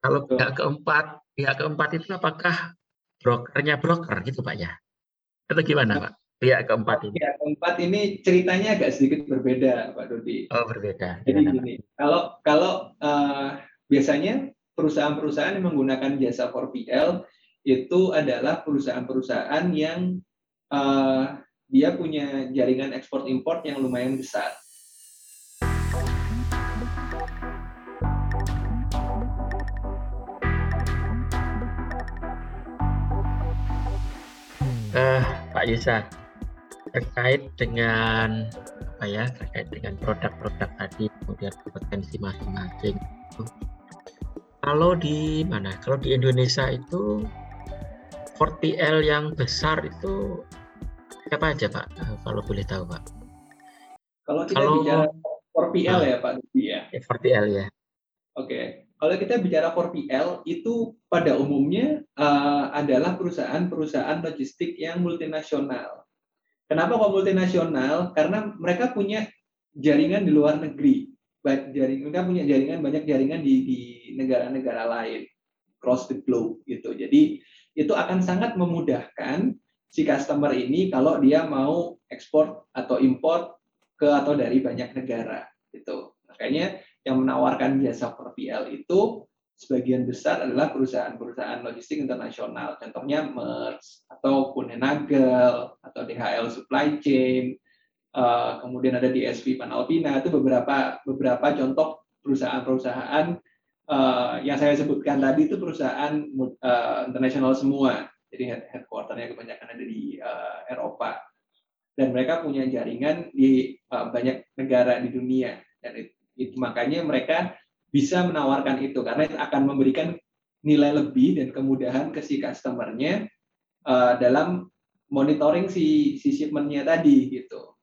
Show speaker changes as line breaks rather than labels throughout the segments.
Kalau
Betul.
pihak keempat itu apakah brokernya broker gitu Pak ya? Atau gimana Pak? Pihak keempat ini?
Pihak keempat ini ceritanya agak sedikit berbeda, Pak Dodi.
Oh berbeda,
Jadi
gimana Pak?
gini, kalau kalau biasanya perusahaan-perusahaan yang menggunakan jasa 4PL itu adalah perusahaan-perusahaan yang eh, dia punya jaringan ekspor impor yang lumayan besar.
Pak Yusa, terkait dengan apa ya? Terkait dengan produk-produk tadi, kemudian kompetensi masing-masing. Kalau di mana? Kalau di Indonesia itu 4PL yang besar itu siapa aja Pak? Kalau boleh tahu Pak.
Kalau kita
Kalau
bicara 4PL
ah,
ya Pak Dodi ya.
4PL ya.
Oke, kalau kita bicara 4PL itu pada umumnya adalah perusahaan-perusahaan logistik yang multinasional. Kenapa kok multinasional? Karena mereka punya jaringan di luar negeri. Mereka punya banyak jaringan di negara-negara lain, across the globe gitu. Jadi itu akan sangat memudahkan si customer ini kalau dia mau ekspor atau import ke atau dari banyak negara gitu. Makanya yang menawarkan jasa 4PL itu sebagian besar adalah perusahaan-perusahaan logistik internasional, contohnya Maersk atau Kuehne+Nagel atau DHL Supply Chain, kemudian ada DSV Panalpina, itu beberapa contoh perusahaan-perusahaan yang saya sebutkan tadi itu perusahaan internasional semua, jadi headquarternya kebanyakan ada di Eropa, dan mereka punya jaringan di banyak negara di dunia, dan itu makanya mereka bisa menawarkan itu karena itu akan memberikan nilai lebih dan kemudahan ke si customer-nya dalam monitoring si shipment-nya tadi gitu.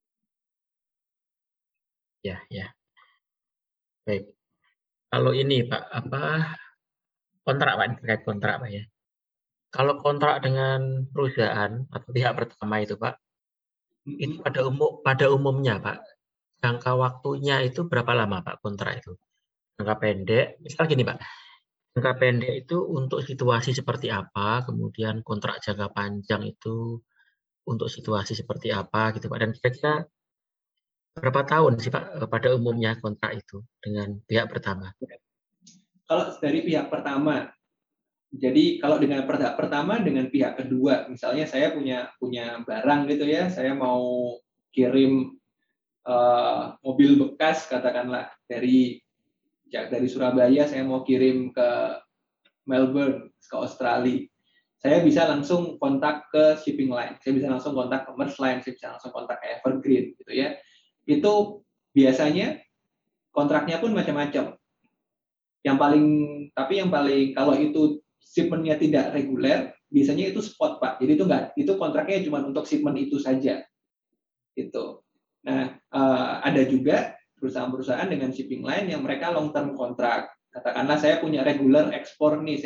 Ya, ya. Baik. Kalau ini Pak, apa kontrak Pak, terkait kontrak Pak ya. Kalau kontrak dengan perusahaan atau pihak pertama itu Pak, itu pada umumnya Pak, jangka waktunya itu berapa lama Pak kontrak itu? Jangka pendek, misal gini Pak, jangka pendek itu untuk situasi seperti apa, kemudian kontrak jangka panjang itu untuk situasi seperti apa gitu Pak, dan kira-kira berapa tahun sih Pak pada umumnya kontrak itu dengan pihak pertama?
Kalau dari pihak pertama, jadi kalau dengan pihak pertama dengan pihak kedua, misalnya saya punya barang gitu ya, saya mau kirim mobil bekas katakanlah dari Surabaya, saya mau kirim ke Melbourne, ke Australia. Saya bisa langsung kontak ke shipping line, saya bisa langsung kontak ke Maersk Line, saya bisa langsung kontak ke Evergreen gitu ya. Itu biasanya kontraknya pun macam-macam. Yang paling kalau itu shipment-nya tidak reguler, biasanya itu spot Pak. Jadi itu kontraknya cuma untuk shipment itu saja. Gitu. Nah, ada juga perusahaan-perusahaan dengan shipping line yang mereka long term kontrak. Katakanlah saya punya regular ekspor nih,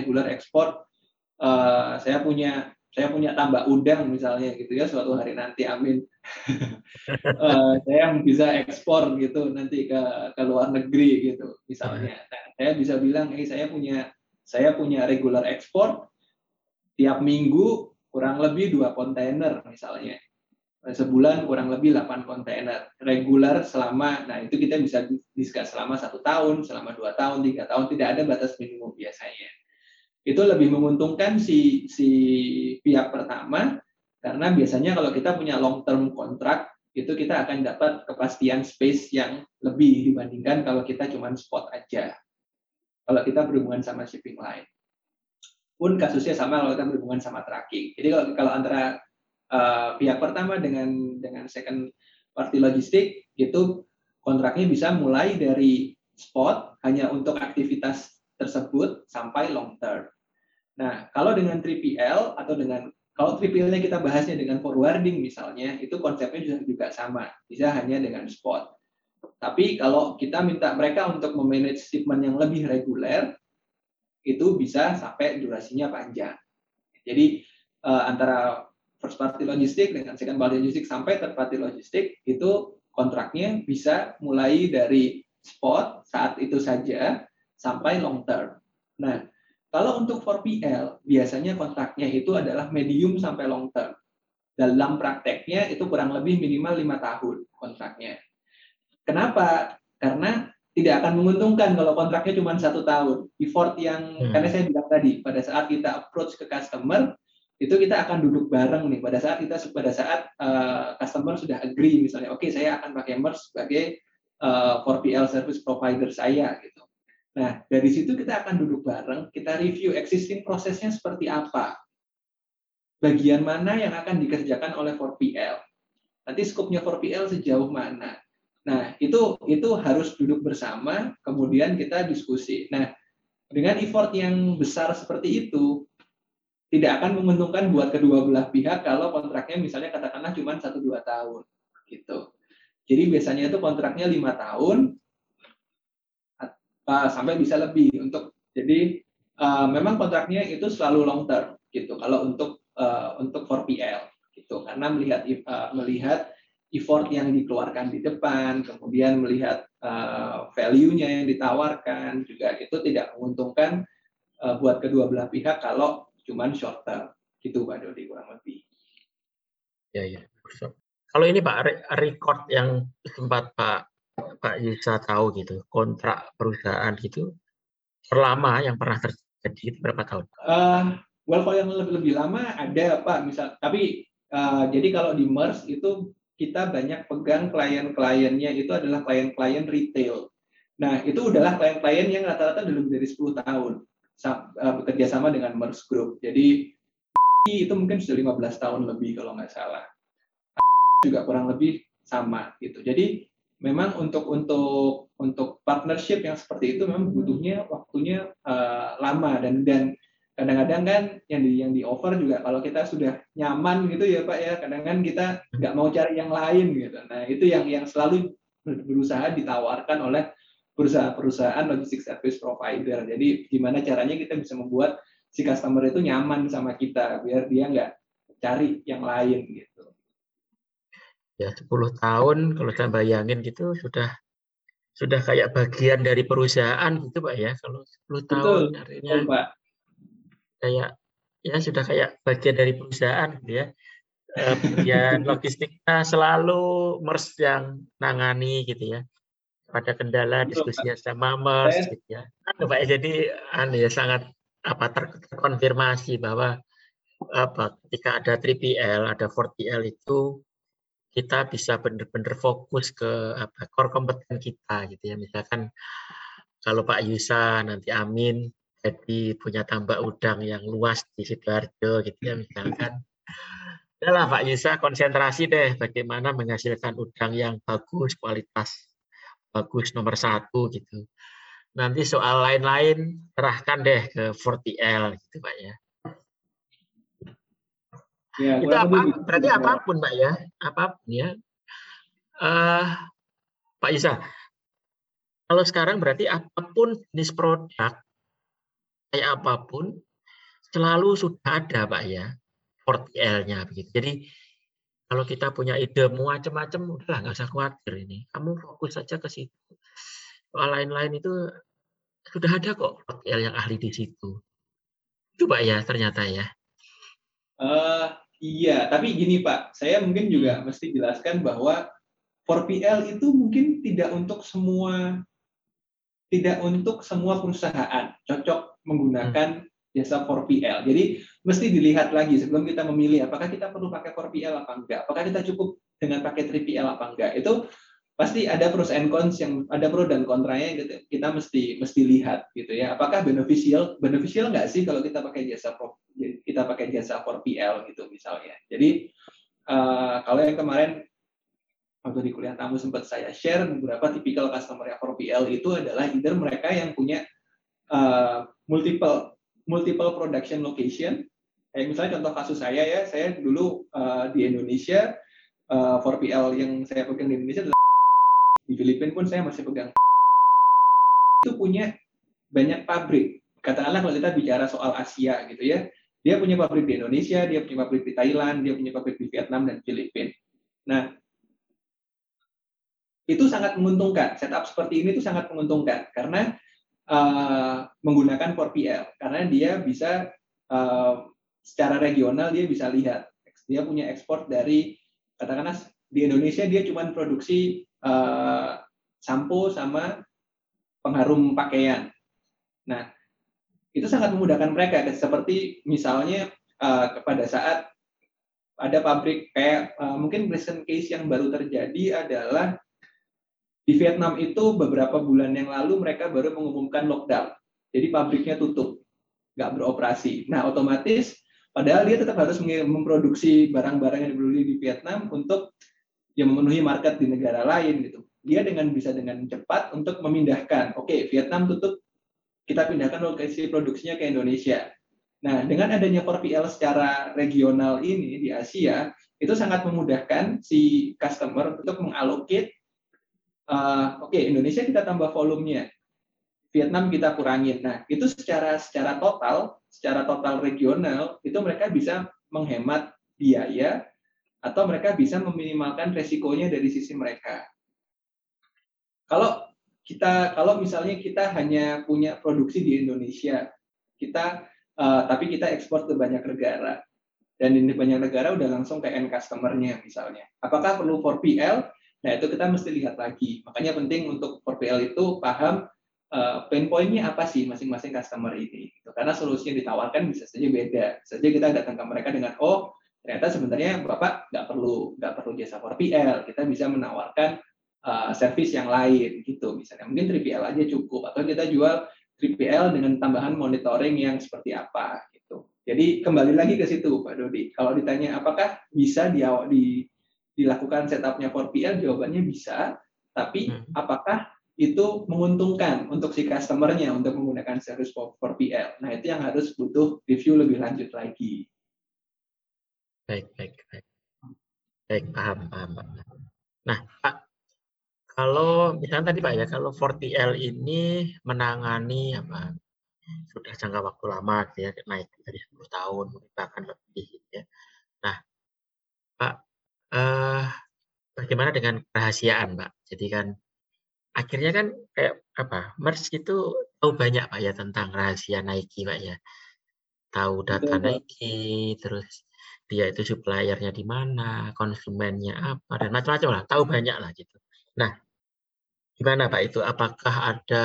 saya punya tambak udang misalnya gitu ya, suatu hari nanti amin. Saya yang bisa ekspor gitu nanti ke luar negeri gitu misalnya. Nah, saya bisa bilang, saya punya regular ekspor tiap minggu kurang lebih 2 kontainer misalnya. Sebulan kurang lebih 8 kontainer. Regular nah itu kita bisa diskus selama 1 tahun, selama 2 tahun, 3 tahun, tidak ada batas minimum biasanya. Itu lebih menguntungkan si pihak pertama, karena biasanya kalau kita punya long term kontrak, itu kita akan dapat kepastian space yang lebih dibandingkan kalau kita cuma spot aja. Kalau kita berhubungan sama shipping line. Pun kasusnya sama kalau kita berhubungan sama tracking. Jadi kalau antara pihak pertama dengan second party logistik, itu kontraknya bisa mulai dari spot hanya untuk aktivitas tersebut sampai long term. Nah, kalau dengan 3PL kalau 3PL-nya kita bahasnya dengan forwarding misalnya, itu konsepnya juga sama, bisa hanya dengan spot. Tapi kalau kita minta mereka untuk memanage shipment yang lebih reguler, itu bisa sampai durasinya panjang. Jadi antara first party logistik dengan second party logistik sampai third party logistik, itu kontraknya bisa mulai dari spot saat itu saja sampai long term. Nah, kalau untuk 4PL, biasanya kontraknya itu adalah medium sampai long term. Dalam prakteknya itu kurang lebih minimal 5 tahun kontraknya. Kenapa? Karena tidak akan menguntungkan kalau kontraknya cuma 1 tahun. Effort yang, karena saya bilang tadi, pada saat kita approach ke customer, itu kita akan duduk bareng nih. Pada saat customer sudah agree, misalnya, oke, saya akan pakai MERS sebagai 4PL service provider saya, gitu. Nah, dari situ kita akan duduk bareng, kita review existing prosesnya seperti apa, bagian mana yang akan dikerjakan oleh 4PL, nanti skopnya 4PL sejauh mana. Nah, itu harus duduk bersama, kemudian kita diskusi. Nah, dengan effort yang besar seperti itu, tidak akan menguntungkan buat kedua belah pihak kalau kontraknya misalnya katakanlah cuma 1-2 tahun, gitu. Jadi biasanya itu kontraknya 5 tahun, sampai bisa lebih jadi memang kontraknya itu selalu long term gitu kalau untuk 4PL gitu, karena melihat effort yang dikeluarkan di depan, kemudian melihat value-nya yang ditawarkan juga, itu tidak menguntungkan buat kedua belah pihak kalau cuman short term gitu, Pak Dodi, kurang lebih.
Ya. Kalau ini Pak, record yang sempat Pak Yusa tahu gitu, kontrak perusahaan gitu, terlama yang pernah terjadi itu berapa tahun?
Well, kalau yang lebih lama ada, Pak, tapi jadi kalau di MERS itu kita banyak pegang klien-kliennya itu adalah klien-klien retail. Nah, itu adalah klien-klien yang rata-rata lebih dari 10 tahun bekerja sama dengan MERS Group. Jadi itu mungkin sudah 15 tahun lebih kalau nggak salah. Juga kurang lebih sama gitu. Jadi memang untuk partnership yang seperti itu memang butuhnya waktunya lama, dan kadang-kadang kan yang di offer juga kalau kita sudah nyaman gitu ya Pak ya, kadang-kadang kita nggak mau cari yang lain gitu. Nah, itu yang selalu berusaha ditawarkan oleh perusahaan logistik service provider. Jadi gimana caranya kita bisa membuat si customer itu nyaman sama kita biar dia nggak cari yang lain gitu.
Ya 10 tahun kalau saya bayangin gitu sudah kayak bagian dari perusahaan gitu Pak ya. Kalau 10 tahun
Betul, betul
artinya
Pak.
kayak ya sudah kayak bagian dari perusahaan gitu ya. Bagian logistiknya selalu MERS yang nangani gitu ya. Pada kendala
Betul Pak.
diskusinya sama MERS
Saya
gitu ya. Pak jadi ya sangat terkonfirmasi bahwa ketika ada 3PL, ada 4PL itu kita bisa benar-benar fokus ke core kompeten kita gitu ya. Misalkan kalau Pak Yusa nanti Amin jadi punya tambak udang yang luas di Sidoarjo gitu ya misalkan. Udahlah Pak Yusa konsentrasi deh bagaimana menghasilkan udang yang bagus, kualitas bagus nomor 1 gitu. Nanti soal lain-lain serahkan deh ke 4PL gitu Pak ya.
ya
Itu
kurang lebih
berarti
begitu.
apapun Pak ya, apapun ya. Pak Yusa, kalau sekarang berarti apapun jenis produk, kayak apapun, selalu sudah ada Pak ya, 4PL-nya begitu. Jadi kalau kita punya ide macam-macam, udahlah nggak usah khawatir ini. Kamu fokus saja ke situ. Soal lain-lain itu sudah ada kok 4PL yang ahli di situ. Itu Pak ya ternyata ya.
Iya, tapi gini Pak, saya mungkin juga mesti jelaskan bahwa 4PL itu mungkin tidak untuk semua perusahaan cocok menggunakan jasa 4PL. Jadi mesti dilihat lagi sebelum kita memilih apakah kita perlu pakai 4PL apa enggak, apakah kita cukup dengan pakai 3PL apa enggak. Itu pasti ada pros and cons, yang ada pro dan kontranya gitu. Kita mesti lihat gitu ya. Apakah beneficial nggak sih kalau kita pakai jasa 4PL gitu misalnya. Jadi kalau yang kemarin waktu di kuliah tamu sempat saya share, beberapa tipikal customer 4PL itu adalah either mereka yang punya multiple production location. Kayak misalnya contoh kasus saya ya, saya dulu di Indonesia 4PL yang saya pegang di Indonesia adalah di Filipina pun saya masih pegang. Itu punya banyak pabrik. Katakanlah kalau kita bicara soal Asia gitu ya, dia punya pabrik di Indonesia, dia punya pabrik di Thailand, dia punya pabrik di Vietnam dan Filipina. Nah, itu sangat menguntungkan. Setup seperti ini itu sangat menguntungkan karena menggunakan 4PL karena dia bisa secara regional dia bisa lihat dia punya ekspor dari katakanlah di Indonesia dia cuma produksi sampo sama pengharum pakaian. Nah, itu sangat memudahkan mereka seperti misalnya pada saat ada pabrik kayak mungkin recent case yang baru terjadi adalah di Vietnam itu beberapa bulan yang lalu mereka baru mengumumkan lockdown. Jadi pabriknya tutup, nggak beroperasi. Nah, otomatis padahal dia tetap harus memproduksi barang-barang yang dibeli di Vietnam untuk memenuhi market di negara lain gitu. Dia bisa dengan cepat untuk memindahkan. Oke, Vietnam tutup, kita pindahkan lokasi produksinya ke Indonesia. Nah, dengan adanya 4PL secara regional ini di Asia, itu sangat memudahkan si customer untuk mengalokate Indonesia kita tambah volumenya, Vietnam kita kurangin. Nah, itu secara total regional itu mereka bisa menghemat biaya atau mereka bisa meminimalkan resikonya dari sisi mereka. Kalau misalnya kita hanya punya produksi di Indonesia, tapi kita ekspor ke banyak negara, dan di banyak negara udah langsung ke end customer-nya misalnya. Apakah perlu 4PL? Nah, itu kita mesti lihat lagi. Makanya penting untuk 4PL itu paham pain point-nya apa sih masing-masing customer ini. Karena solusi yang ditawarkan bisa saja beda. Bisa saja kita datang ke mereka dengan, ternyata sebenarnya Bapak nggak perlu jasa 4PL. Kita bisa menawarkan service yang lain gitu. Misalnya mungkin 3PL aja cukup. Atau kita jual 3PL dengan tambahan monitoring yang seperti apa gitu. Jadi kembali lagi ke situ Pak Dodi. Kalau ditanya apakah bisa dilakukan setupnya 4PL, jawabannya bisa. Tapi apakah itu menguntungkan untuk si customer-nya untuk menggunakan service 4PL? Nah, itu yang harus butuh review lebih lanjut lagi.
Baik. Paham. Nah, Pak, kalau misalnya tadi Pak ya, kalau 4PL ini menangani sudah jangka waktu lama gitu ya, naik dari 10 tahun, bahkan lebih gitu ya. Nah, Pak, bagaimana dengan kerahasiaan, Pak? Jadi kan akhirnya kan kayak Merz itu tahu banyak Pak ya tentang rahasia Nike Pak ya. Tahu data
Betul, Pak.
Nike, terus dia itu suppliernya di mana, konsumennya apa, dan macam-macam lah. Tahu banyak lah gitu. Nah, gimana Pak itu? Apakah ada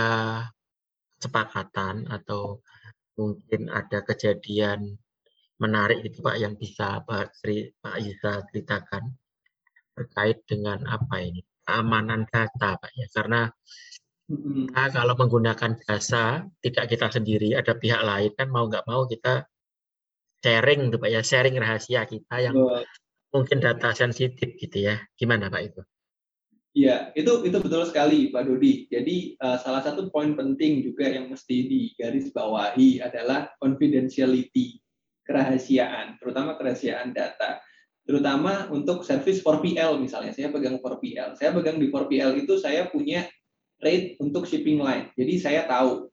kesepakatan atau mungkin ada kejadian menarik gitu Pak yang bisa Pak Yusa ceritakan terkait dengan keamanan data Pak ya? Karena kita kalau menggunakan jasa tidak kita sendiri, ada pihak lain kan mau nggak mau kita sharing tuh Pak ya, sharing rahasia kita yang
Betul.
mungkin data sensitif gitu ya. Gimana Pak itu?
Iya, itu betul sekali Pak Dodi. Jadi salah satu poin penting juga yang mesti digarisbawahi adalah confidentiality, kerahasiaan, terutama kerahasiaan data. Terutama untuk service 4PL misalnya, saya pegang 4PL. Saya pegang di 4PL itu saya punya rate untuk shipping line. Jadi saya tahu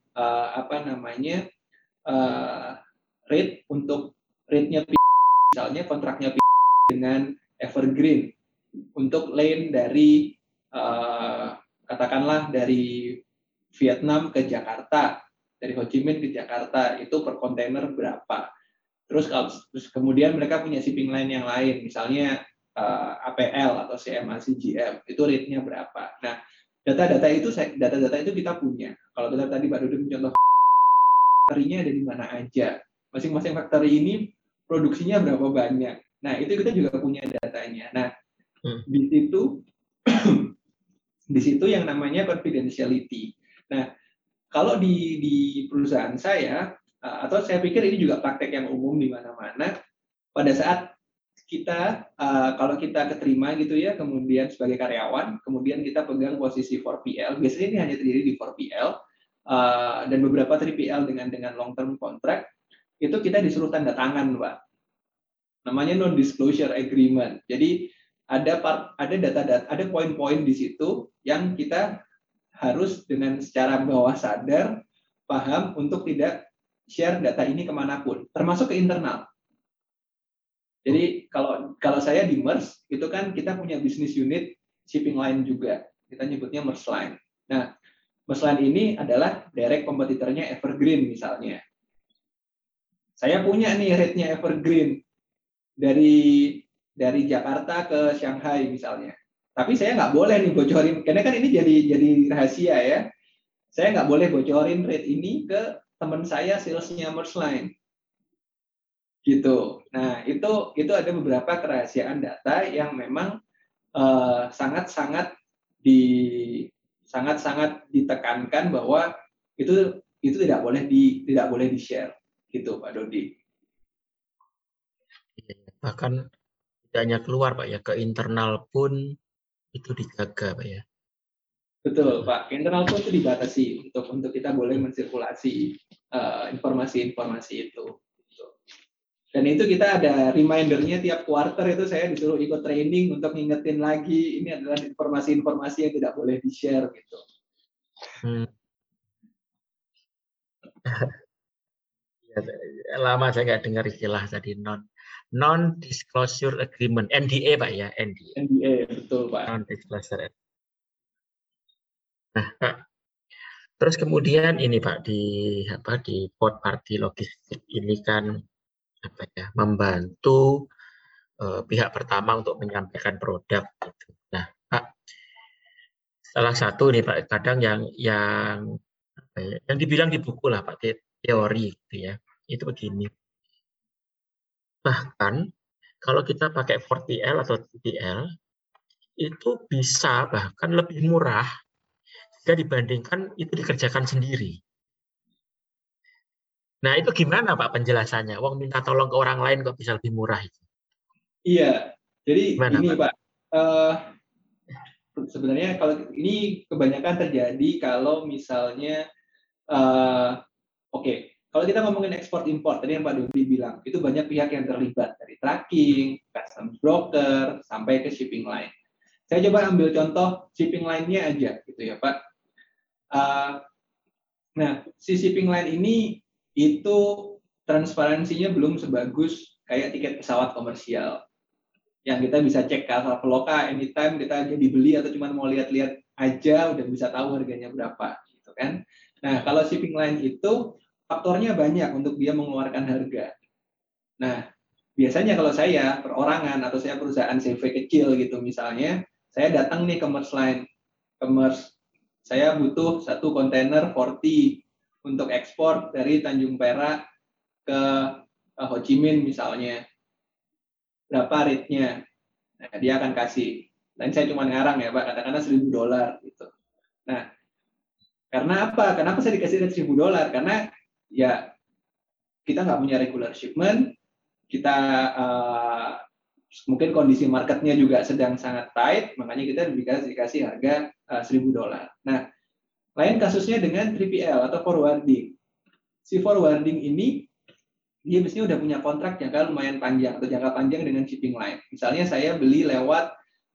rate untuk rate-nya misalnya kontraknya dengan Evergreen untuk lane dari katakanlah dari Vietnam ke Jakarta, dari Ho Chi Minh ke Jakarta itu per kontainer berapa. Terus kemudian mereka punya shipping line yang lain, misalnya APL atau CMA CGM, itu rate-nya berapa. Nah, data-data itu kita punya. Kalau kita tadi Pak Dodi mencontoh factory-nya ada di mana aja. Masing-masing factory ini produksinya berapa banyak. Nah, itu kita juga punya datanya. Nah, di situ yang namanya confidentiality. Nah, kalau di perusahaan saya, atau saya pikir ini juga praktek yang umum di mana-mana, pada saat kita, kalau kita keterima gitu ya, kemudian sebagai karyawan, kemudian kita pegang posisi 4PL, biasanya ini hanya terjadi di 4PL, dan beberapa 3PL dengan long term contract, itu kita disuruh tanda tangan, Pak. Namanya non-disclosure agreement. Jadi ada poin-poin di situ yang kita harus dengan secara bawah sadar paham untuk tidak share data ini kemanapun, termasuk ke internal. Jadi kalau saya di Merz itu kan kita punya bisnis unit shipping line juga, kita nyebutnya Merz Line. Nah, Merge ini adalah direct kompetitornya Evergreen misalnya. Saya punya nih rate-nya Evergreen dari Jakarta ke Shanghai misalnya. Tapi saya nggak boleh nih bocorin, karena kan ini jadi rahasia ya. Saya nggak boleh bocorin rate ini ke teman saya salesnya Mergeline. Gitu. Nah, itu ada beberapa kerahasiaan data yang memang sangat-sangat ditekankan bahwa itu tidak boleh di-share gitu Pak Dodi.
Bahkan tidak hanya keluar Pak ya, ke internal pun itu dijaga Pak ya.
Betul Pak, internal pun itu dibatasi untuk kita boleh mensirkulasi informasi-informasi itu. Dan itu kita ada reminder-nya tiap quarter, itu saya disuruh ikut training untuk ngingetin lagi ini adalah informasi-informasi yang tidak boleh di-share gitu.
Lama saya nggak dengar istilah tadi non disclosure agreement, NDA Pak ya, NDA.
NDA betul Pak.
Non disclosure. Nah Pak, terus kemudian ini Pak di third party logistik ini kan membantu pihak pertama untuk menyampaikan produk gitu. Nah Pak, salah satu nih Pak, kadang yang dibilang di buku lah Pak, teori gitu ya, itu begini. Bahkan kalau kita pakai 4PL atau 3PL, itu bisa bahkan lebih murah jika dibandingkan itu dikerjakan sendiri. Nah, itu gimana Pak penjelasannya? Wong minta tolong ke orang lain kok bisa lebih murah itu?
Iya, jadi
Gimana,
ini
Pak?
Pak, sebenarnya kalau ini kebanyakan terjadi kalau misalnya kalau kita ngomongin ekspor impor tadi yang Pak Dodi bilang, itu banyak pihak yang terlibat dari tracking, customs broker, sampai ke shipping line. Saya coba ambil contoh shipping line-nya aja gitu ya Pak. Nah, si shipping line ini itu transparansinya belum sebagus kayak tiket pesawat komersial. Yang kita bisa cek ke Traveloka anytime kita jadi beli atau cuma mau lihat-lihat aja udah bisa tahu harganya berapa gitu kan. Nah, kalau shipping line itu faktornya banyak untuk dia mengeluarkan harga. Nah, biasanya kalau saya perorangan atau saya perusahaan CV kecil gitu misalnya, saya datang nih ke Mergeline, saya butuh 1 kontainer 40 untuk ekspor dari Tanjung Perak ke Ho Chi Minh misalnya. Berapa rate-nya? Nah, dia akan kasih. Dan saya cuma ngarang ya Pak, katakanlah $1.000 gitu. Nah, karena apa? Kenapa saya dikasih rate $1.000? Karena ya kita nggak punya regular shipment, kita mungkin kondisi marketnya juga sedang sangat tight, makanya kita dikasih harga $1.000. Nah, lain kasusnya dengan 3PL atau forwarding. Si forwarding ini dia biasanya udah punya kontrak jangka lumayan panjang atau jangka panjang dengan shipping line. Misalnya saya beli lewat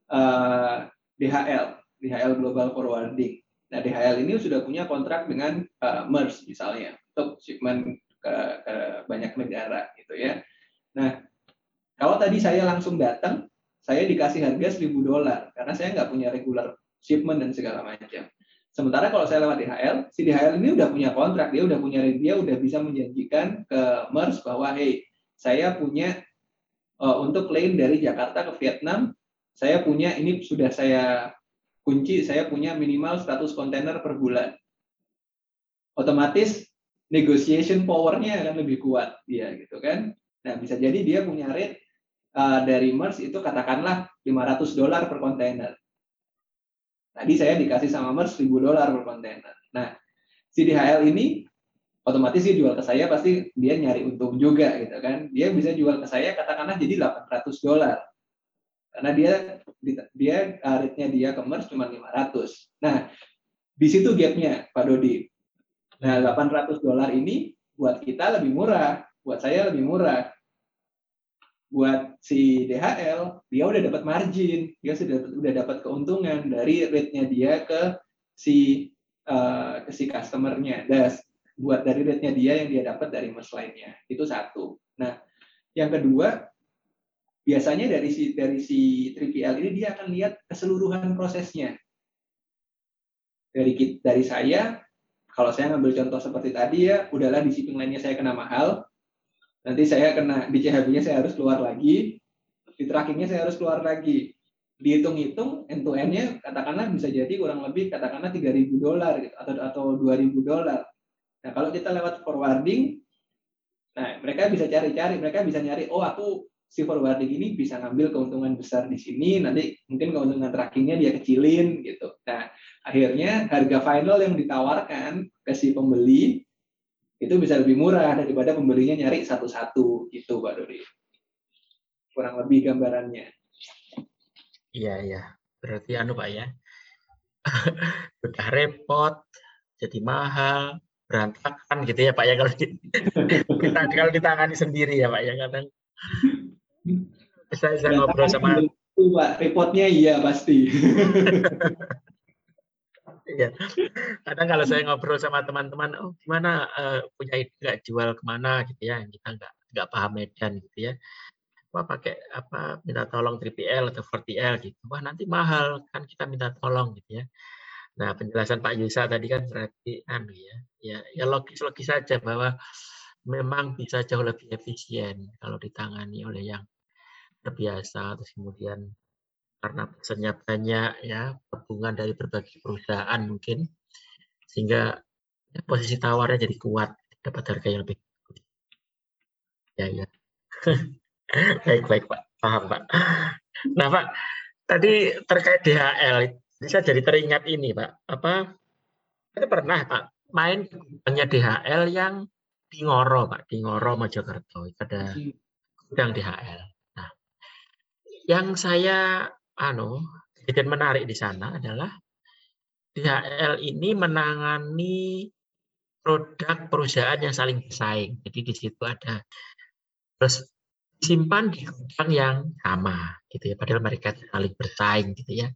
DHL Global Forwarding. Nah, DHL ini sudah punya kontrak dengan MERS misalnya untuk shipment ke banyak negara gitu ya. Nah, kalau tadi saya langsung datang, saya dikasih harga $1.000 karena saya nggak punya regular shipment dan segala macam. Sementara kalau saya lewat DHL, si DHL ini udah punya kontrak, dia udah bisa menjanjikan ke MERS bahwa hey, saya punya untuk lane dari Jakarta ke Vietnam, saya punya ini sudah saya kunci, saya punya minimal 100 kontainer per bulan. Otomatis negotiation power-nya akan lebih kuat dia gitu kan. Nah, bisa jadi dia punya rate dari MERS itu katakanlah $500 per kontainer. Tadi saya dikasih sama MERS $1.000 per kontainer. Nah, si DHL ini otomatis dia jual ke saya pasti dia nyari untung juga gitu kan. Dia bisa jual ke saya katakanlah jadi $800. Karena dia rate-nya dia ke MERS cuma 500. Nah, di situ gap-nya Pak Dodi. Nah, $800 ini buat kita lebih murah, buat saya lebih murah. Buat si DHL, dia udah dapat margin, dia udah dapat keuntungan dari rate-nya dia ke si customer-nya. Buat dari rate-nya dia yang dia dapat dari MERS lainnya. Itu satu. Nah, yang kedua, biasanya dari si 3PL ini dia akan lihat keseluruhan prosesnya. dari saya, kalau saya ngambil contoh seperti tadi ya, udahlah di shipping line-nya saya kena mahal, nanti saya kena di CHB-nya saya harus keluar lagi, di trackingnya saya harus keluar lagi. Dihitung-hitung end to end-nya katakanlah bisa jadi kurang lebih katakanlah $3.000 gitu, atau $2.000. Nah, kalau kita lewat forwarding, nah mereka bisa cari-cari, mereka bisa nyari, oh aku si forwarding ini bisa ngambil keuntungan besar di sini, nanti mungkin keuntungan trackingnya dia kecilin gitu. Nah, akhirnya harga final yang ditawarkan ke si pembeli itu bisa lebih murah daripada pembelinya nyari satu-satu gitu, Pak Dodi. Kurang lebih gambarannya.
Iya. Berarti Pak ya, udah repot, jadi mahal, berantakan gitu ya Pak ya kalau ditangani sendiri ya Pak ya, kadang saya ngobrol
Berantakan
sama
itu, Pak. Repotnya iya pasti.
ya, kadang kalau saya ngobrol sama teman-teman, oh gimana punya ide nggak jual kemana gitu ya, kita nggak paham medan gitu ya. Wah pakai apa minta tolong 3PL atau 4PL gitu. Wah nanti mahal kan kita minta tolong gitu ya. Nah penjelasan Pak Yusa tadi kan berarti ya logis saja bahwa memang bisa jauh lebih efisien kalau ditangani oleh yang terbiasa, terus kemudian karena pesannya banyak ya, gabungan dari berbagai perusahaan mungkin, sehingga ya, posisi tawarnya jadi kuat, dapat harga yang lebih ya. Baik Pak, paham Pak. Nah Pak, tadi terkait DHL, bisa jadi teringat ini Pak, saya pernah Pak main ke gudangnya DHL yang di Ngoro Pak, di Ngoro Mojokerto, ada gudang DHL. Nah, yang saya kejadian menarik di sana adalah DHL ini menangani produk perusahaan yang saling bersaing. Jadi di situ ada terus disimpan di gudang yang sama gitu ya. Padahal mereka saling bersaing gitu ya.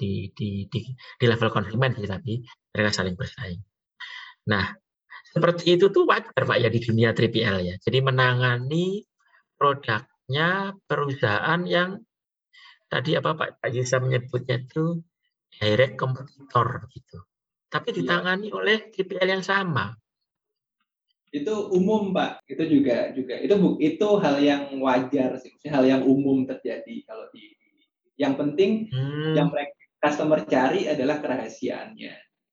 Di level konsumen sih tapi mereka saling bersaing. Nah, seperti itu tuh wajar Pak ya di dunia 3PL ya. Jadi menangani produknya perusahaan yang tadi Pak Yusa menyebutnya itu direct kompetitor gitu. Tapi
Iya.
ditangani oleh 3PL yang sama.
Itu umum, Pak. Itu juga itu hal yang wajar sih, hal yang umum terjadi kalau yang penting yang mereka customer cari adalah kerahasiaannya.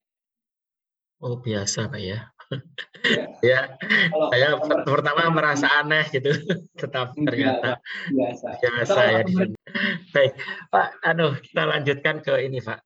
Oh biasa Pak ya.
Ya,
Ya,
kalau
saya
customer
pertama merasa aneh gitu, tetapi
enggak,
ternyata
Pak, biasa. Atau
biasa
kalau
ya di
customer
sini. Baik, Pak, kita lanjutkan ke ini Pak,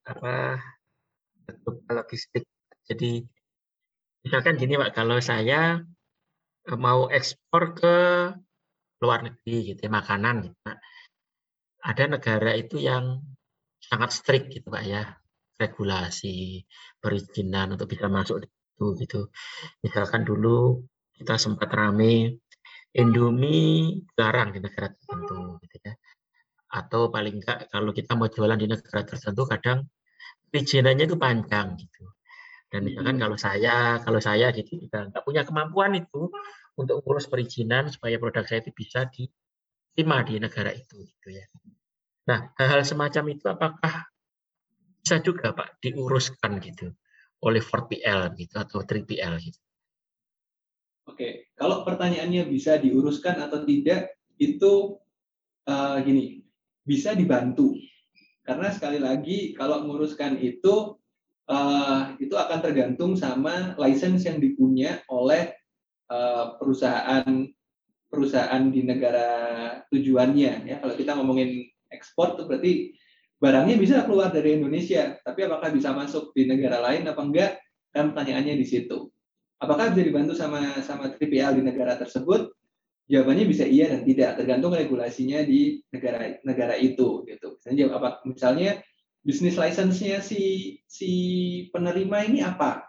bentuk logistik. Jadi misalkan gini Pak, kalau saya mau ekspor ke luar negeri gitu ya, makanan gitu Pak. Ada negara itu yang sangat strict gitu Pak ya, regulasi, perizinan untuk bisa masuk itu gitu. Misalkan dulu kita sempat rame Indomie dilarang di negara tertentu gitu ya. Atau paling enggak kalau kita mau jualan di negara tertentu kadang perizinannya itu panjang gitu. Dan misalkan kalau saya gitu juga nggak punya kemampuan itu untuk urus perizinan supaya produk saya itu bisa diterima di negara itu gitu ya. Nah, hal-hal semacam itu apakah bisa juga Pak diuruskan gitu oleh 4PL gitu atau 3PL gitu?
Oke, kalau pertanyaannya bisa diuruskan atau tidak, itu gini, bisa dibantu. Karena sekali lagi kalau menguruskan itu akan tergantung sama license yang dipunya oleh perusahaan di negara tujuannya. Ya, kalau kita ngomongin ekspor itu berarti barangnya bisa keluar dari Indonesia, tapi apakah bisa masuk di negara lain apa enggak? Kan pertanyaannya di situ. Apakah bisa dibantu sama 3PL di negara tersebut? Jawabannya bisa iya dan tidak, tergantung regulasinya di negara itu gitu. Misalnya bisnis license-nya si penerima ini apa?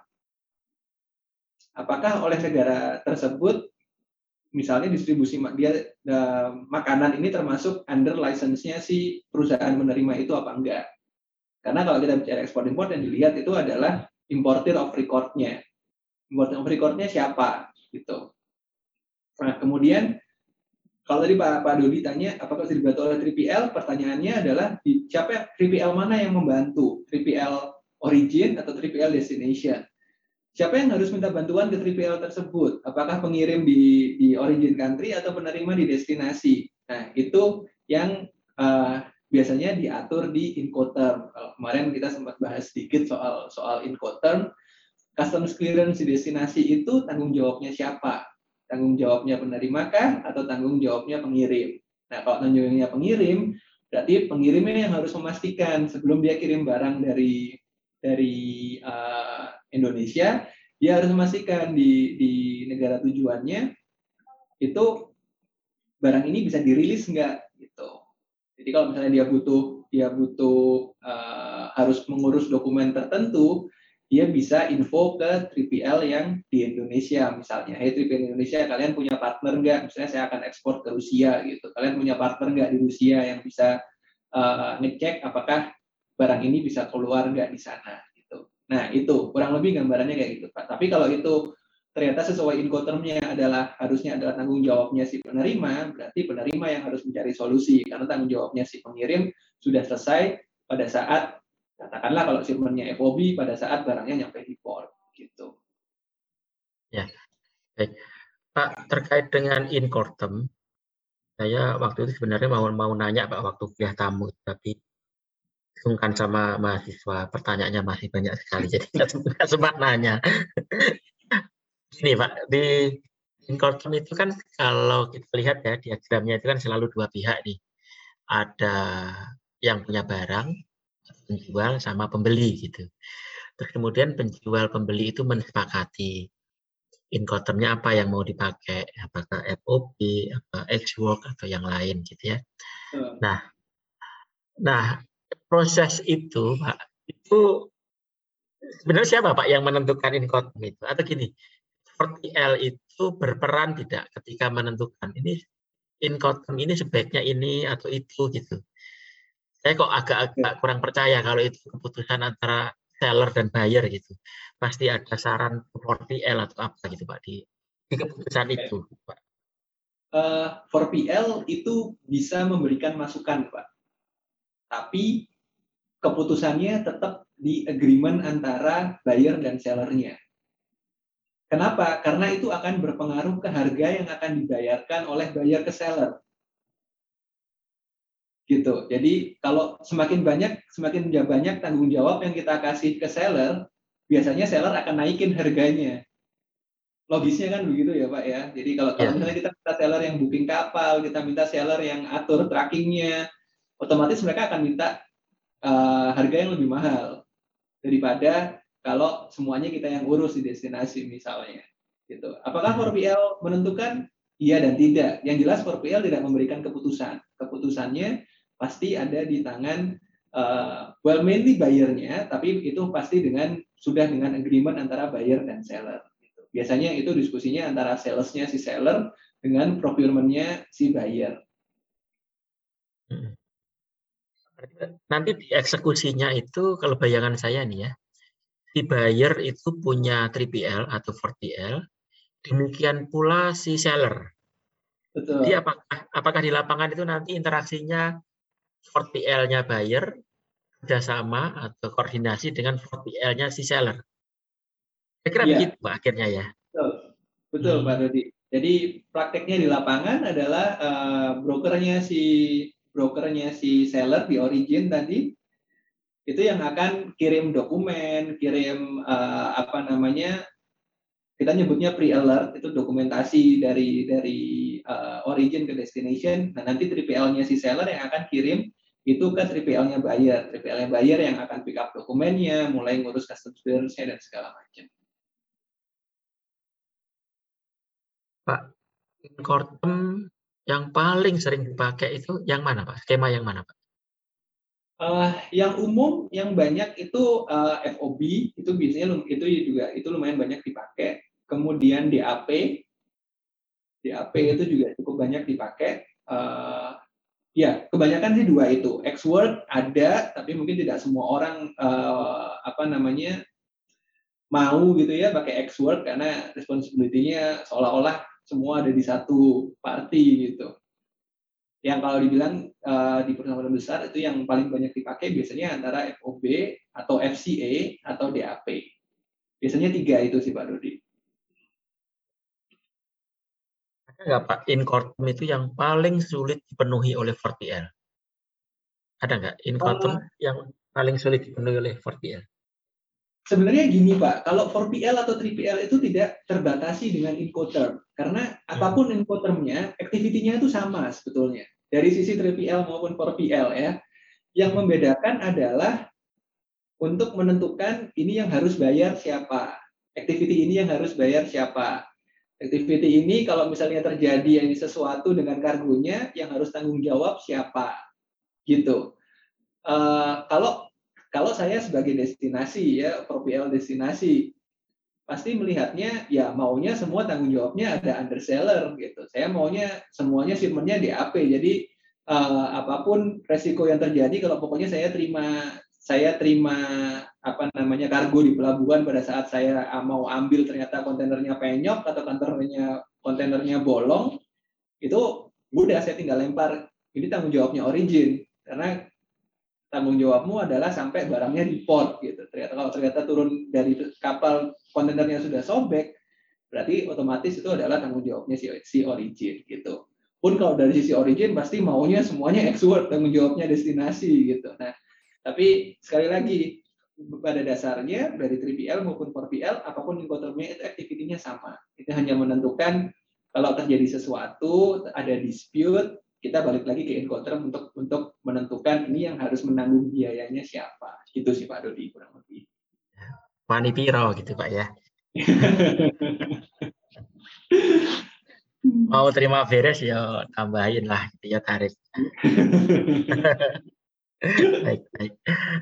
Apakah oleh negara tersebut misalnya distribusi makanan ini termasuk under license-nya si perusahaan menerima itu apa enggak? Karena kalau kita bicara ekspor impor yang dilihat itu adalah importer of record-nya. Importer of record-nya siapa gitu. Nah, kemudian kalau tadi Pak Dodi tanya apakah bisa dibantu oleh 3PL, pertanyaannya adalah siapa 3PL mana yang membantu? 3PL origin atau 3PL destination. Siapa yang harus minta bantuan ke 3PL tersebut? Apakah pengirim di origin country atau penerima di destinasi? Nah, itu yang biasanya diatur di Incoterm. Kalau kemarin kita sempat bahas sedikit soal Incoterm, customs clearance di destinasi itu tanggung jawabnya siapa? Tanggung jawabnya penerima kah atau tanggung jawabnya pengirim? Nah, kalau tanggung jawabnya pengirim, berarti pengirimnya yang harus memastikan sebelum dia kirim barang dari Indonesia, dia harus memastikan di negara tujuannya itu barang ini bisa dirilis nggak gitu. Jadi kalau misalnya dia butuh harus mengurus dokumen tertentu, dia bisa info ke 3PL yang di Indonesia misalnya. Hey 3PL Indonesia, kalian punya partner nggak? Misalnya saya akan ekspor ke Rusia gitu. Kalian punya partner nggak di Rusia yang bisa ngecek apakah barang ini bisa keluar nggak di sana gitu. Nah itu kurang lebih gambarannya kayak gitu Pak. Tapi kalau itu ternyata sesuai Incoterm-nya harusnya adalah tanggung jawabnya si penerima, berarti penerima yang harus mencari solusi karena tanggung jawabnya si pengirim sudah selesai pada saat katakanlah kalau shipment-nya FOB pada saat barangnya nyampe di port gitu.
Ya, baik. Pak, terkait dengan Incoterm, saya waktu itu sebenarnya mau nanya Pak waktu kuliah tamu, tapi sungkan sama mahasiswa, pertanyaannya masih banyak sekali, jadi nggak sempat nanya. Gini Pak, di Incoterm itu kan kalau kita lihat ya diagramnya itu kan selalu dua pihak nih. Ada yang punya barang, penjual sama pembeli gitu. Terus kemudian penjual pembeli itu mensepakati Incoterm-nya apa yang mau dipakai, apakah FOB, apa Ex-Work atau yang lain gitu ya. Nah, proses itu Pak, itu sebenarnya siapa Pak yang menentukan Incoterm itu? Atau gini, 4PL itu berperan tidak ketika menentukan ini Incoterm ini sebaiknya ini atau itu gitu. Saya kok agak-agak kurang percaya kalau itu keputusan antara seller dan buyer gitu. Pasti ada saran 4PL atau apa gitu Pak di keputusan itu Pak.
4PL itu bisa memberikan masukan Pak, tapi keputusannya tetap di agreement antara buyer dan sellernya. Kenapa? Karena itu akan berpengaruh ke harga yang akan dibayarkan oleh buyer ke seller. Gitu. Jadi kalau semakin banyak tanggung jawab yang kita kasih ke seller, biasanya seller akan naikin harganya. Logisnya kan begitu ya Pak ya. Jadi kalau
Ya,
misalnya kita minta seller yang booking kapal, kita minta seller yang atur trackingnya, otomatis mereka akan minta harga yang lebih mahal daripada kalau semuanya kita yang urus di destinasi misalnya. Gitu. Apakah 4PL menentukan? Iya dan tidak. Yang jelas 4PL tidak memberikan keputusan. Keputusannya pasti ada di tangan mainly buyer-nya, tapi itu pasti sudah dengan agreement antara buyer dan seller. Gitu. Biasanya itu diskusinya antara sales-nya si seller dengan procurement-nya si buyer.
nanti di eksekusinya itu kalau bayangan saya nih ya, si buyer itu punya 3PL atau 4PL, demikian pula si seller. Jadi
Betul.
apakah di lapangan itu nanti interaksinya 4PL-nya buyer kerjasama atau koordinasi dengan 4PL-nya si seller. Saya kira
Iya,
begitu Pak, akhirnya ya.
betul. Betul Pak Dodi. Jadi prakteknya di lapangan adalah brokernya si seller di origin tadi itu yang akan kirim dokumen, kirim kita nyebutnya pre-alert, itu dokumentasi dari origin ke destination. Nah, nanti 3PL-nya si seller yang akan kirim itu ke 3PL-nya buyer. 3PL-nya buyer yang akan pick up dokumennya, mulai ngurus customs clearance-nya dan segala macam.
Pak, Incoterm yang paling sering dipakai itu yang mana Pak? Skema yang mana Pak?
Yang umum, yang banyak itu FOB, itu biasanya itu lumayan banyak dipakai. Kemudian DAP itu juga cukup banyak dipakai. Ya, kebanyakan sih dua itu. Ex-work ada, tapi mungkin tidak semua orang mau gitu ya pakai ex-work karena responsibility-nya seolah-olah semua ada di satu party gitu. Yang kalau dibilang di perusahaan besar itu yang paling banyak dipakai biasanya antara FOB atau FCA atau DAP. Biasanya 3 itu sih Pak Dodi.
Ada nggak Pak Incoterm itu yang paling sulit dipenuhi oleh 4PL? Ada nggak Incoterm
Eh,
yang paling sulit dipenuhi oleh 4PL?
Sebenarnya gini Pak, kalau 4PL atau 3PL itu tidak terbatasi dengan Incoterm. Karena apapun Incotermnya, activity-nya itu sama sebetulnya. Dari sisi 3PL maupun 4PL ya. Yang membedakan adalah untuk menentukan ini yang harus bayar siapa. Activity ini yang harus bayar siapa. Activity ini kalau misalnya terjadi yang sesuatu dengan kargonya, yang harus tanggung jawab siapa. Gitu. Kalau kalau saya sebagai destinasi ya 4PL destinasi pasti melihatnya ya maunya semua tanggung jawabnya ada underseller gitu. Saya maunya semuanya shipmentnya DAP. Jadi apapun resiko yang terjadi kalau pokoknya saya terima apa namanya kargo di pelabuhan pada saat saya mau ambil ternyata kontainernya penyok atau kontainernya bolong itu mudah saya tinggal lempar ini tanggung jawabnya origin karena tanggung jawabmu adalah sampai barangnya di port gitu. Ternyata kalau ternyata turun dari kapal kontainernya sudah sobek, berarti otomatis itu adalah tanggung jawabnya si origin gitu. Pun kalau dari sisi origin pasti maunya semuanya export, tanggung jawabnya destinasi gitu. Nah, tapi sekali lagi pada dasarnya dari 3PL maupun 4PL apapun incotermnya itu aktivitinya sama. Itu hanya menentukan kalau terjadi sesuatu, ada dispute, kita balik lagi ke Incoterm untuk menentukan ini yang harus menanggung biayanya siapa. Itu sih Pak Dodi kurang lebih.
Wani piro gitu Pak ya. Mau terima beres ya tambahin lah gitu ya tarif. Baik, baik.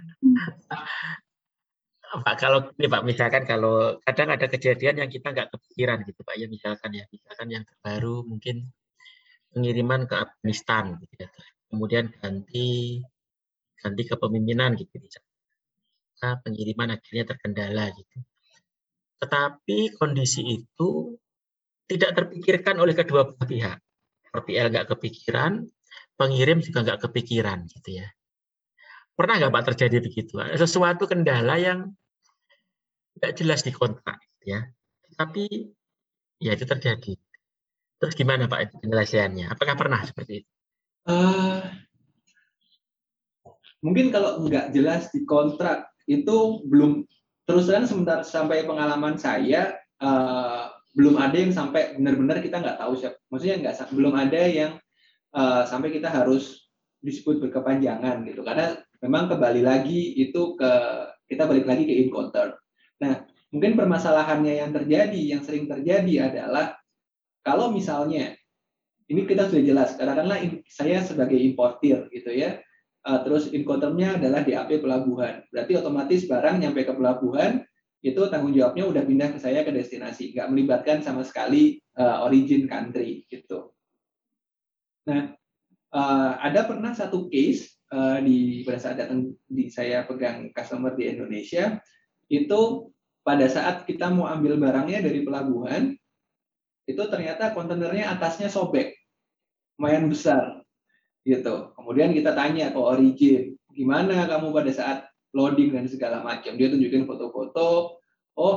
Pak, kalau ini Pak, misalkan kalau kadang ada kejadian yang kita nggak kepikiran gitu Pak ya, misalkan yang terbaru mungkin pengiriman ke Afghanistan gitu ya. Kemudian ganti ganti kepemimpinan gitu misalnya pengiriman akhirnya terkendala gitu. Tetapi kondisi itu tidak terpikirkan oleh kedua belah pihak. RPL nggak kepikiran, pengirim juga nggak kepikiran gitu ya. Pernah nggak Pak terjadi begitu? Sesuatu kendala yang nggak jelas di kontrak gitu ya. Tapi ya itu terjadi. Terus gimana Pak penyelesaiannya? Apakah pernah seperti itu?
Uh, Mungkin kalau nggak jelas di kontrak itu belum terus terang sebentar sampai pengalaman saya belum ada yang sampai benar-benar kita nggak tahu siapa. Maksudnya belum ada yang sampai kita harus disebut berkepanjangan gitu karena memang kembali lagi itu kita balik lagi ke Incoterm. Nah mungkin permasalahannya yang sering terjadi adalah kalau misalnya ini kita sudah jelas katakanlah saya sebagai importir gitu ya terus Incotermnya adalah DAP pelabuhan berarti otomatis barang nyampe ke pelabuhan itu tanggung jawabnya udah pindah ke saya ke destinasi nggak melibatkan sama sekali origin country gitu. Nah ada pernah satu case di pada saat datang di saya pegang customer di Indonesia itu pada saat kita mau ambil barangnya dari pelabuhan itu ternyata kontainernya atasnya sobek lumayan besar gitu. Kemudian kita tanya ke origin, gimana kamu pada saat loading dan segala macam. Dia tunjukin foto-foto, oh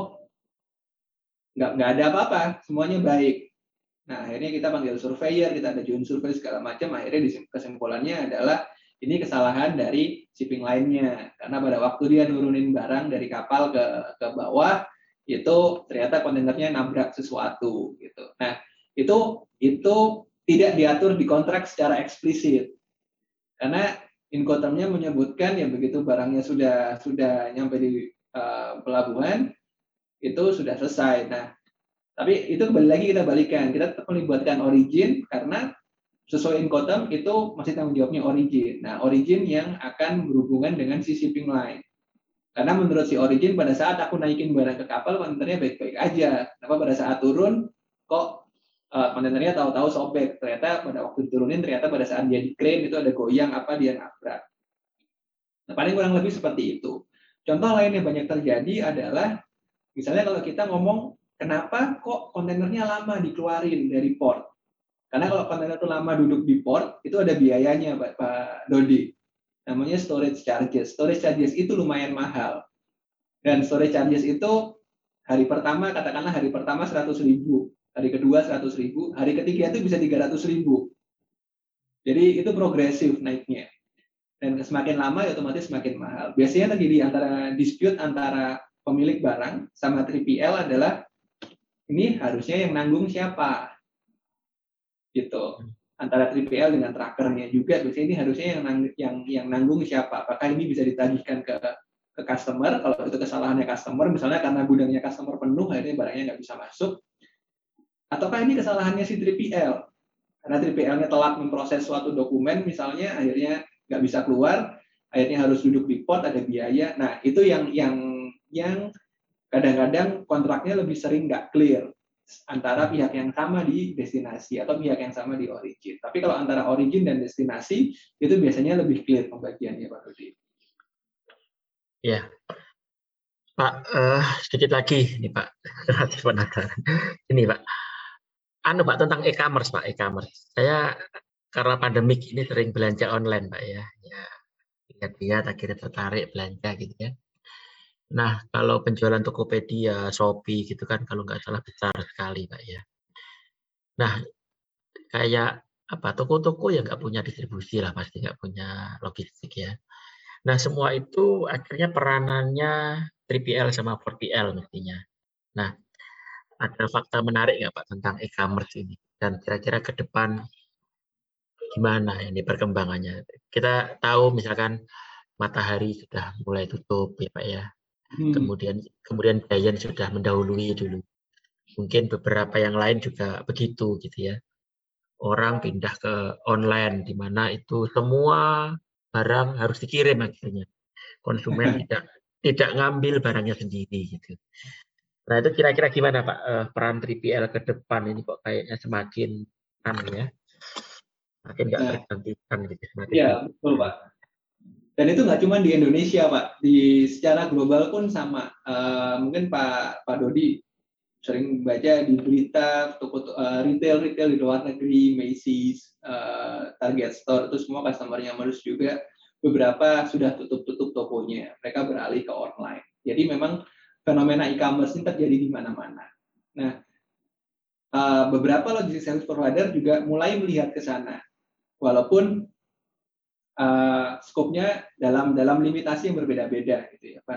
nggak ada apa-apa, semuanya baik. Nah akhirnya kita panggil surveyor, kita ada joint survey segala macam. Akhirnya kesimpulannya adalah ini kesalahan dari shipping line-nya karena pada waktu dia nurunin barang dari kapal ke bawah itu ternyata kontainernya nabrak sesuatu gitu. Nah itu tidak diatur di kontrak secara eksplisit karena Incotermnya menyebutkan ya begitu barangnya sudah nyampe di pelabuhan itu sudah selesai. Nah, tapi itu kembali lagi kita balikan, kita tetap melibatkan origin karena sesuai Incoterm itu masih tanggung jawabnya origin. Nah, origin yang akan berhubungan dengan si shipping line. Karena menurut si origin pada saat aku naikin barang ke kapal kontainernya baik-baik aja. Kenapa pada saat turun kok kontainernya tahu-tahu sobek. Ternyata pada waktu diturunin ternyata pada saat dia di crane itu ada goyang apa dia nabrak. Nah, paling kurang lebih seperti itu. Contoh lain yang banyak terjadi adalah misalnya kalau kita ngomong kenapa kok kontainernya lama dikeluarin dari port. Karena kalau kontainer itu lama duduk di port, itu ada biayanya, Pak Dodi. Namanya storage charges. Storage charges itu lumayan mahal. Dan storage charges itu hari pertama, katakanlah hari pertama 100.000, hari kedua 100.000, hari ketiga itu bisa 300.000. Jadi itu progresif naiknya. Dan semakin lama ya otomatis semakin mahal. Biasanya terjadi antara dispute antara pemilik barang sama 3PL adalah ini harusnya yang nanggung siapa, gitu. Antara 3PL dengan trackernya juga biasanya ini harusnya yang nanggung siapa. Apakah ini bisa ditagihkan ke customer? Kalau itu kesalahannya customer, misalnya karena gudangnya customer penuh, akhirnya barangnya nggak bisa masuk. Ataukah ini kesalahannya si 3PL? Karena 3PL-nya telat memproses suatu dokumen, misalnya akhirnya nggak bisa keluar, akhirnya harus duduk di port, ada biaya. Nah, itu yang kadang-kadang kontraknya lebih sering nggak clear antara pihak yang sama di destinasi atau pihak yang sama di origin. Tapi kalau antara origin dan destinasi, itu biasanya lebih clear pembagiannya, Pak Rudi.
Ya, Pak, sedikit lagi nih Pak, penasaran. Ini Pak, Pak tentang e-commerce Pak, e-commerce. Saya karena pandemik ini sering belanja online Pak ya. Ya, lihat-lihat akhirnya tertarik belanja gitu ya. Nah, kalau penjualan Tokopedia, Shopee gitu kan, kalau nggak salah besar sekali Pak ya. Nah, kayak apa toko-toko yang nggak punya distribusi lah pasti nggak punya logistik ya. Nah, semua itu akhirnya peranannya 3PL sama 4PL mestinya. Nah, ada fakta menarik nggak Pak tentang e-commerce ini? Dan kira-kira ke depan gimana ini perkembangannya? Kita tahu misalkan Matahari sudah mulai tutup ya Pak ya. Kemudian Giant sudah mendahului dulu. Mungkin beberapa yang lain juga begitu gitu ya. Orang pindah ke online di mana itu semua barang harus dikirim akhirnya. Konsumen tidak ngambil barangnya sendiri gitu. Nah, itu kira-kira gimana Pak peran 3PL ke depan ini kok kayaknya semakin ya, makin nggak tergantikan gitu, semakin
Ya,
sulit.
betul Pak. Dan itu nggak cuma di Indonesia, Pak. Secara global pun sama. Mungkin Pak Dodi sering baca di berita retail di luar negeri, Macy's, Target Store, itu semua customer-nya Maersk juga. Beberapa sudah tutup tokonya. Mereka beralih ke online. Jadi memang fenomena e-commerce ini terjadi di mana-mana. Nah, beberapa logistics service provider juga mulai melihat ke sana. Walaupun skopnya dalam limitasi yang berbeda-beda gitu ya Pak.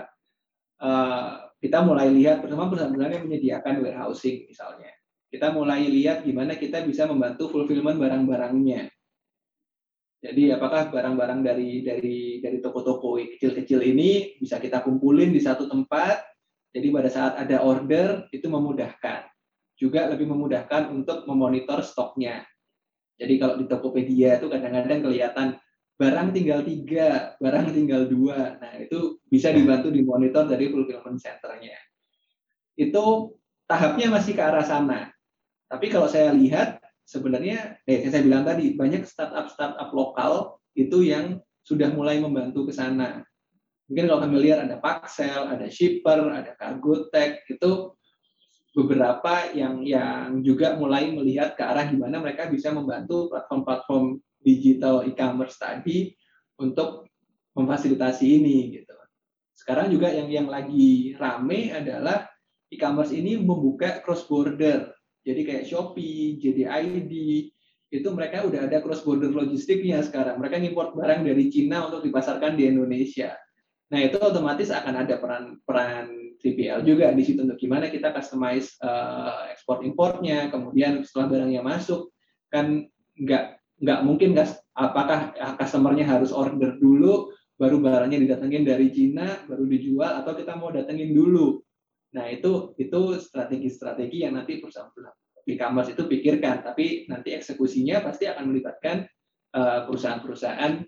Kita mulai lihat pertama perusahaan-perusahaan yang menyediakan warehousing misalnya. Kita mulai lihat gimana kita bisa membantu fulfillment barang-barangnya. Jadi apakah barang-barang dari toko-toko kecil-kecil ini bisa kita kumpulin di satu tempat. Jadi pada saat ada order itu memudahkan. Juga lebih memudahkan untuk memonitor stoknya. Jadi kalau di Tokopedia itu kadang-kadang kelihatan barang tinggal 3, barang tinggal 2. Nah, itu bisa dibantu dimonitor dari fulfillment center-nya. Itu tahapnya masih ke arah sana. Tapi kalau saya lihat, sebenarnya, yang saya bilang tadi, banyak startup lokal itu yang sudah mulai membantu ke sana. Mungkin kalau kami lihat ada Paxel, ada Shipper, ada Cargotec, itu beberapa yang juga mulai melihat ke arah gimana mereka bisa membantu platform-platform digital e-commerce tadi untuk memfasilitasi ini gitu. Sekarang juga yang lagi rame adalah e-commerce ini membuka cross border. Jadi kayak Shopee, JDID, itu mereka udah ada cross border logistiknya sekarang. Mereka ngimport barang dari Cina untuk dipasarkan di Indonesia. Nah, itu otomatis akan ada peran 3PL juga di situ untuk gimana kita customize ekspor importnya, kemudian setelah barangnya masuk kan nggak mungkin apakah customer-nya harus order dulu baru barangnya didatengin dari Cina baru dijual atau kita mau datengin dulu. Nah, itu strategi-strategi yang nanti perusahaan e-commerce itu pikirkan, tapi nanti eksekusinya pasti akan melibatkan perusahaan-perusahaan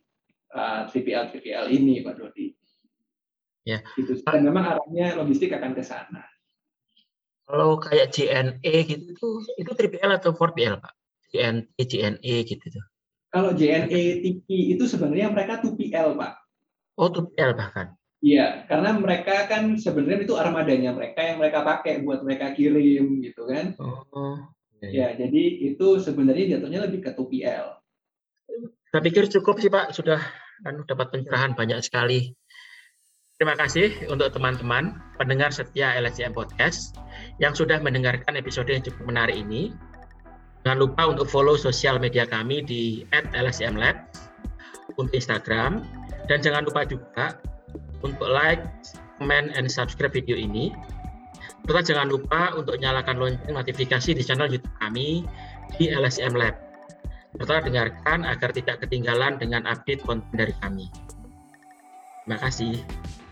3PL ini, Pak Dodi.
Ya.
Gitu. Dan memang arahnya logistik akan ke sana.
Kalau kayak JNE gitu itu 3PL atau 4PL Pak? JNE gitu tuh.
Kalau JNE Tiki itu sebenarnya mereka 2PL Pak.
Oh, 2PL bahkan.
Iya, karena mereka kan sebenarnya itu armadanya mereka yang mereka pakai buat mereka kirim gitu kan.
Oh.
Ya, jadi itu sebenarnya jatuhnya lebih ke 2PL.
Saya pikir cukup sih Pak, sudah dapat pencerahan banyak sekali. Terima kasih untuk teman-teman pendengar setia LSCM Podcast yang sudah mendengarkan episode yang cukup menarik ini. Jangan lupa untuk follow sosial media kami di @lscmlab untuk Instagram, dan jangan lupa juga untuk like, comment, and subscribe video ini. Serta jangan lupa untuk nyalakan lonceng notifikasi di channel YouTube kami di LSCM Lab. Serta dengarkan agar tidak ketinggalan dengan update konten dari kami. Terima kasih.